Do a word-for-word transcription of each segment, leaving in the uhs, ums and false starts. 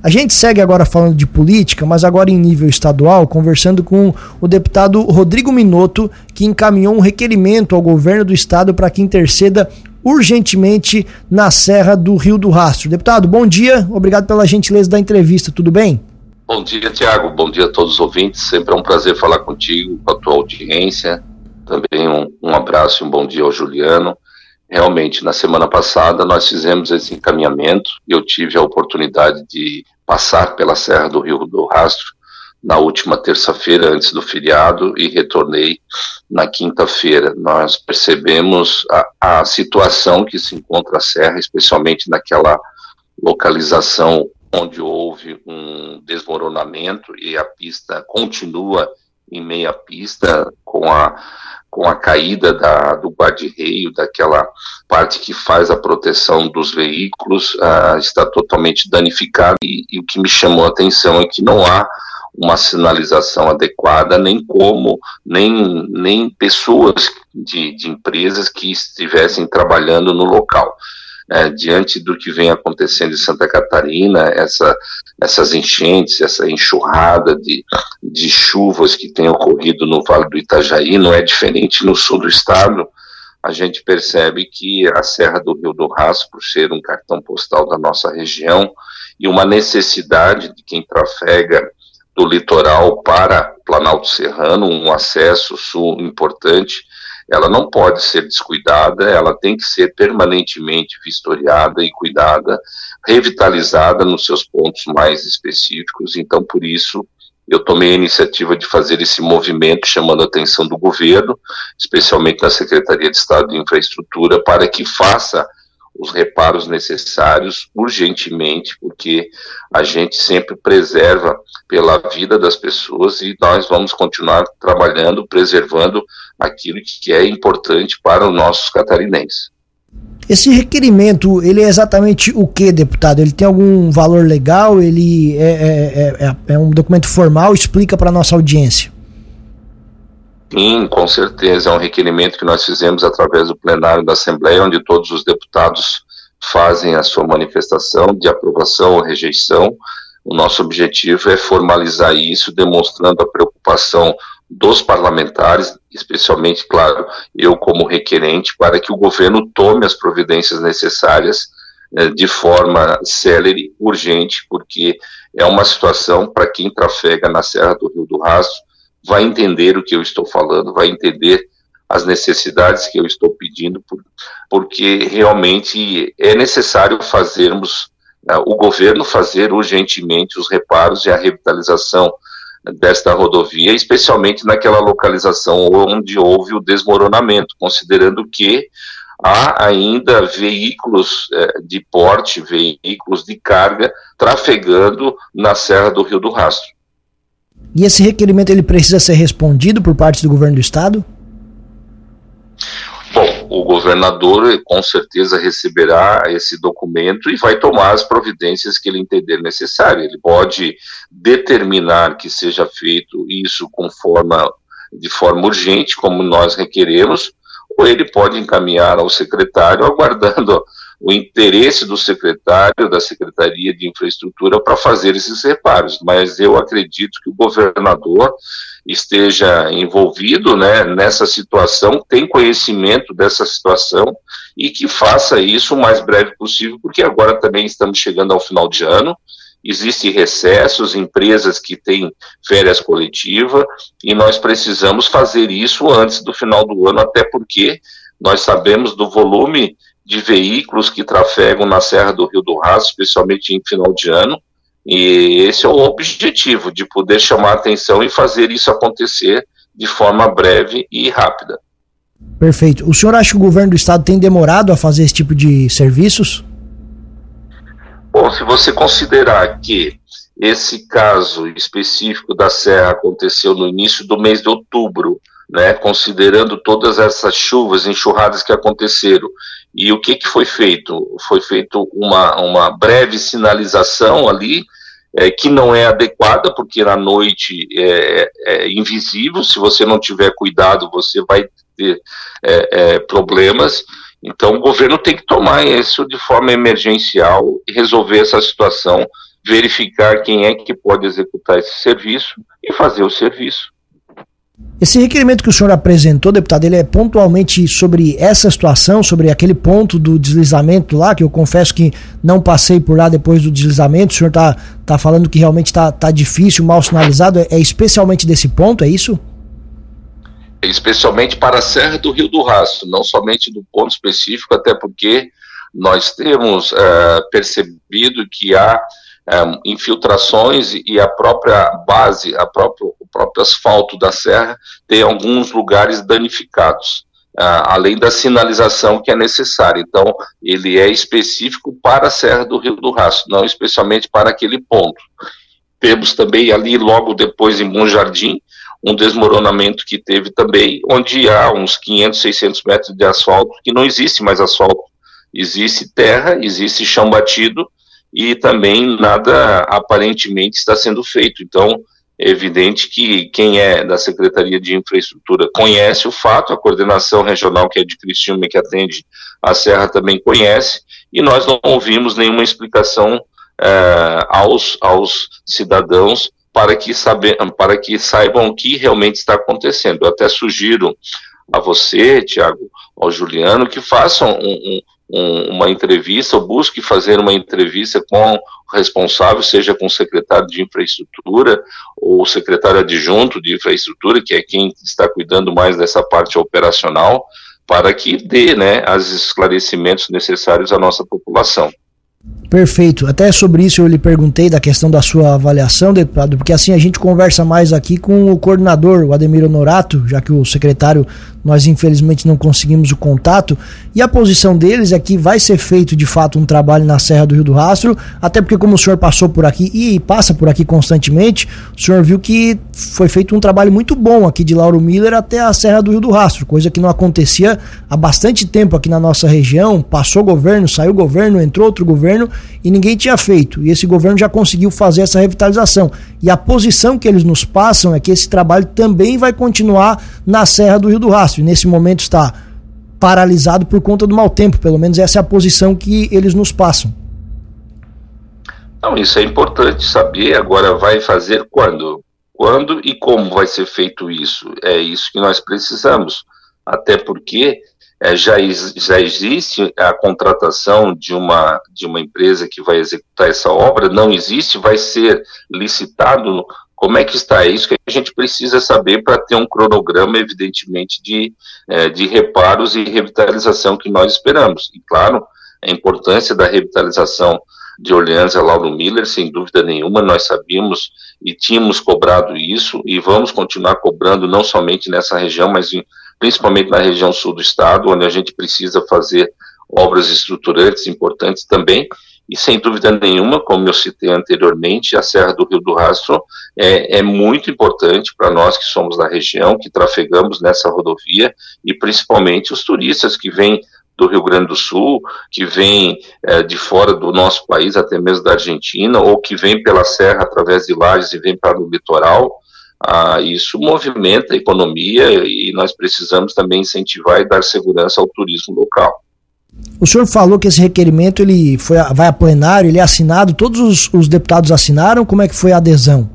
A gente segue agora falando de política, mas agora em nível estadual, conversando com o deputado Rodrigo Minotto, que encaminhou um requerimento ao governo do estado para que interceda urgentemente na Serra do Rio do Rastro. Deputado, bom dia, obrigado pela gentileza da entrevista, tudo bem? Bom dia, Tiago, bom dia a todos os ouvintes, sempre é um prazer falar contigo, com a tua audiência, também um, um abraço e um bom dia ao Juliano. Realmente, na semana passada nós fizemos esse encaminhamento e eu tive a oportunidade de passar pela Serra do Rio do Rastro na última terça-feira antes do feriado e retornei na quinta-feira. Nós percebemos a, a situação que se encontra a Serra, especialmente naquela localização onde houve um desmoronamento e a pista continua em meia pista com a, com a caída da, do guarda-reio, daquela parte que faz a proteção dos veículos, uh, está totalmente danificada e, e o que me chamou a atenção é que não há uma sinalização adequada, nem como, nem, nem pessoas de, de empresas que estivessem trabalhando no local. É, diante do que vem acontecendo em Santa Catarina, essa, essas enchentes, essa enxurrada de, de chuvas que tem ocorrido no Vale do Itajaí, não é diferente no sul do estado. A gente percebe que a Serra do Rio do Rastro, por ser um cartão postal da nossa região, e uma necessidade de quem trafega do litoral para Planalto Serrano, um acesso sul importante, ela não pode ser descuidada, ela tem que ser permanentemente vistoriada e cuidada, revitalizada nos seus pontos mais específicos. Então, por isso, eu tomei a iniciativa de fazer esse movimento, chamando a atenção do governo, especialmente da Secretaria de Estado de Infraestrutura, para que faça os reparos necessários urgentemente, porque a gente sempre preserva pela vida das pessoas e nós vamos continuar trabalhando, preservando aquilo que é importante para os nossos catarinenses. Esse requerimento, ele é exatamente o que, deputado? Ele tem algum valor legal? Ele é, é, é, é um documento formal? Explica para a nossa audiência. Sim, com certeza, é um requerimento que nós fizemos através do plenário da Assembleia, onde todos os deputados fazem a sua manifestação de aprovação ou rejeição. O nosso objetivo é formalizar isso, demonstrando a preocupação dos parlamentares, especialmente, claro, eu como requerente, para que o governo tome as providências necessárias eh, de forma célere, urgente, porque é uma situação para quem trafega na Serra do Rio do Rastro, vai entender o que eu estou falando, vai entender as necessidades que eu estou pedindo, por, porque realmente é necessário fazermos, uh, o governo fazer urgentemente os reparos e a revitalização desta rodovia, especialmente naquela localização onde houve o desmoronamento, considerando que há ainda veículos uh, de porte, veículos de carga, trafegando na Serra do Rio do Rastro. E esse requerimento ele precisa ser respondido por parte do governo do estado? Bom, o governador com certeza receberá esse documento e vai tomar as providências que ele entender necessário. Ele pode determinar que seja feito isso com forma, de forma urgente, como nós requeremos, ou ele pode encaminhar ao secretário, aguardando o interesse do secretário, da Secretaria de Infraestrutura, para fazer esses reparos. Mas eu acredito que o governador esteja envolvido, né, nessa situação, tem conhecimento dessa situação e que faça isso o mais breve possível, porque agora também estamos chegando ao final de ano, existem recessos, empresas que têm férias coletivas, e nós precisamos fazer isso antes do final do ano, até porque nós sabemos do volume de veículos que trafegam na Serra do Rio do Rastro, especialmente em final de ano, e esse é o objetivo, de poder chamar a atenção e fazer isso acontecer de forma breve e rápida. Perfeito. O senhor acha que o governo do estado tem demorado a fazer esse tipo de serviços? Bom, se você considerar que esse caso específico da Serra aconteceu no início do mês de outubro, né, considerando todas essas chuvas, enxurradas que aconteceram, e o que, que foi feito? Foi feito uma, uma breve sinalização ali, é, que não é adequada, porque na noite é, é invisível, se você não tiver cuidado, você vai ter é, é, problemas. Então o governo tem que tomar isso de forma emergencial e resolver essa situação verificar quem é que pode executar esse serviço e fazer o serviço. Esse requerimento que o senhor apresentou, deputado, ele é pontualmente sobre essa situação, sobre aquele ponto do deslizamento lá, que eu confesso que não passei por lá depois do deslizamento. O senhor está tá falando que realmente está tá difícil, mal sinalizado, é, é especialmente desse ponto, é isso? Especialmente para a Serra do Rio do Rastro, não somente do ponto específico, até porque nós temos uh, percebido que há um, infiltrações e a própria base, a própria, o próprio asfalto da serra tem alguns lugares danificados, uh, além da sinalização que é necessária. Então, ele é específico para a Serra do Rio do Rastro, não especialmente para aquele ponto. Temos também ali, logo depois, em Bom Jardim, um desmoronamento que teve também, onde há uns quinhentos, seiscentos metros de asfalto, que não existe mais asfalto, existe terra, existe chão batido, e também nada aparentemente está sendo feito. Então, é evidente que quem é da Secretaria de Infraestrutura conhece o fato, a coordenação regional, que é de Criciúma, que atende a Serra, também conhece, e nós não ouvimos nenhuma explicação uh, aos, aos cidadãos para que, sabe, para que saibam o que realmente está acontecendo. Eu até sugiro a você, Tiago, ao Juliano, que façam um, um, uma entrevista, ou busque fazer uma entrevista com o responsável, seja com o secretário de Infraestrutura, ou o secretário adjunto de Infraestrutura, que é quem está cuidando mais dessa parte operacional, para que dê, né, os esclarecimentos necessários à nossa população. Perfeito, até sobre isso eu lhe perguntei da questão da sua avaliação, deputado, porque assim a gente conversa mais aqui com o coordenador, o Ademir Honorato, já que o secretário nós infelizmente não conseguimos o contato, e a posição deles é que vai ser feito de fato um trabalho na Serra do Rio do Rastro, até porque como o senhor passou por aqui e passa por aqui constantemente, o senhor viu que foi feito um trabalho muito bom aqui de Lauro Miller até a Serra do Rio do Rastro, coisa que não acontecia há bastante tempo aqui na nossa região. Passou governo, saiu governo, entrou outro governo e ninguém tinha feito, e esse governo já conseguiu fazer essa revitalização, e a posição que eles nos passam é que esse trabalho também vai continuar na Serra do Rio do Rastro, e nesse momento está paralisado por conta do mau tempo, pelo menos essa é a posição que eles nos passam. Não, isso é importante saber. Agora, vai fazer quando? Quando e como vai ser feito isso? É isso que nós precisamos, até porque É, já, já existe a contratação de uma, de uma empresa que vai executar essa obra, não existe, vai ser licitado. Como é que está? É isso que a gente precisa saber para ter um cronograma, evidentemente, de, é, de reparos e revitalização que nós esperamos. E, claro, a importância da revitalização de Orleans e Lauro Miller, sem dúvida nenhuma, nós sabíamos e tínhamos cobrado isso, e vamos continuar cobrando, não somente nessa região, mas em principalmente na região sul do estado, onde a gente precisa fazer obras estruturantes importantes também, e sem dúvida nenhuma, como eu citei anteriormente, a Serra do Rio do Rastro é, é muito importante para nós que somos da região, que trafegamos nessa rodovia, e principalmente os turistas que vêm do Rio Grande do Sul, que vêm é, de fora do nosso país, até mesmo da Argentina, ou que vêm pela serra através de Lages e vêm para o litoral. Ah, isso movimenta a economia e nós precisamos também incentivar e dar segurança ao turismo local. O senhor falou que esse requerimento ele foi, vai a plenário, ele é assinado, todos os, os deputados assinaram, como é que foi a adesão?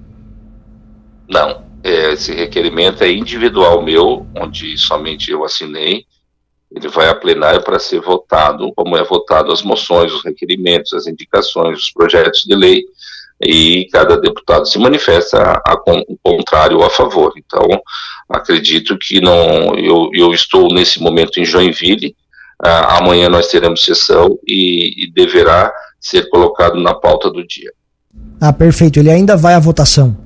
Não, é, esse requerimento é individual meu, onde somente eu assinei, ele vai a plenário para ser votado, como é votado as moções, os requerimentos, as indicações, os projetos de lei, e cada deputado se manifesta a, a, o contrário ou a favor. Então, acredito que não, eu, eu estou nesse momento em Joinville, uh, amanhã nós teremos sessão e, e deverá ser colocado na pauta do dia. Ah, perfeito, ele ainda vai à votação?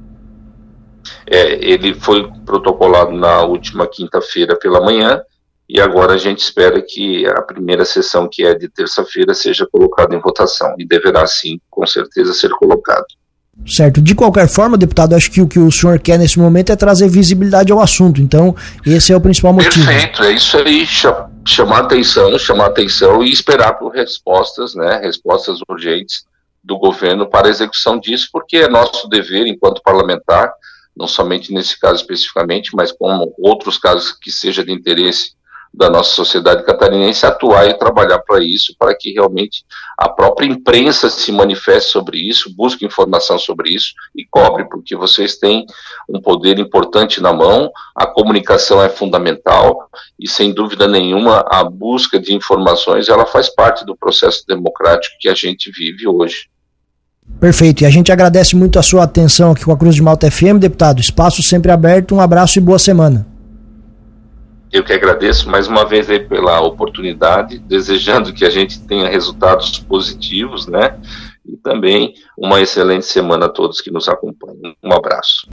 É, ele foi protocolado na última quinta-feira pela manhã, e agora a gente espera que a primeira sessão, que é de terça-feira, seja colocada em votação, e deverá sim, com certeza, ser colocado. Certo. De qualquer forma, deputado, acho que o que o senhor quer nesse momento é trazer visibilidade ao assunto, então esse é o principal motivo. Perfeito, é isso aí, chamar atenção, chamar atenção e esperar por respostas, né, respostas urgentes do governo para a execução disso, porque é nosso dever enquanto parlamentar, não somente nesse caso especificamente, mas como outros casos que seja de interesse da nossa sociedade catarinense atuar e trabalhar para isso, para que realmente a própria imprensa se manifeste sobre isso, busque informação sobre isso e cobre, porque vocês têm um poder importante na mão, a comunicação é fundamental e, sem dúvida nenhuma, a busca de informações, ela faz parte do processo democrático que a gente vive hoje. Perfeito, e a gente agradece muito a sua atenção aqui com a Cruz de Malta F M, deputado. Espaço sempre aberto, um abraço e boa semana. Eu que agradeço mais uma vez aí pela oportunidade, desejando que a gente tenha resultados positivos, né? E também uma excelente semana a todos que nos acompanham. Um abraço.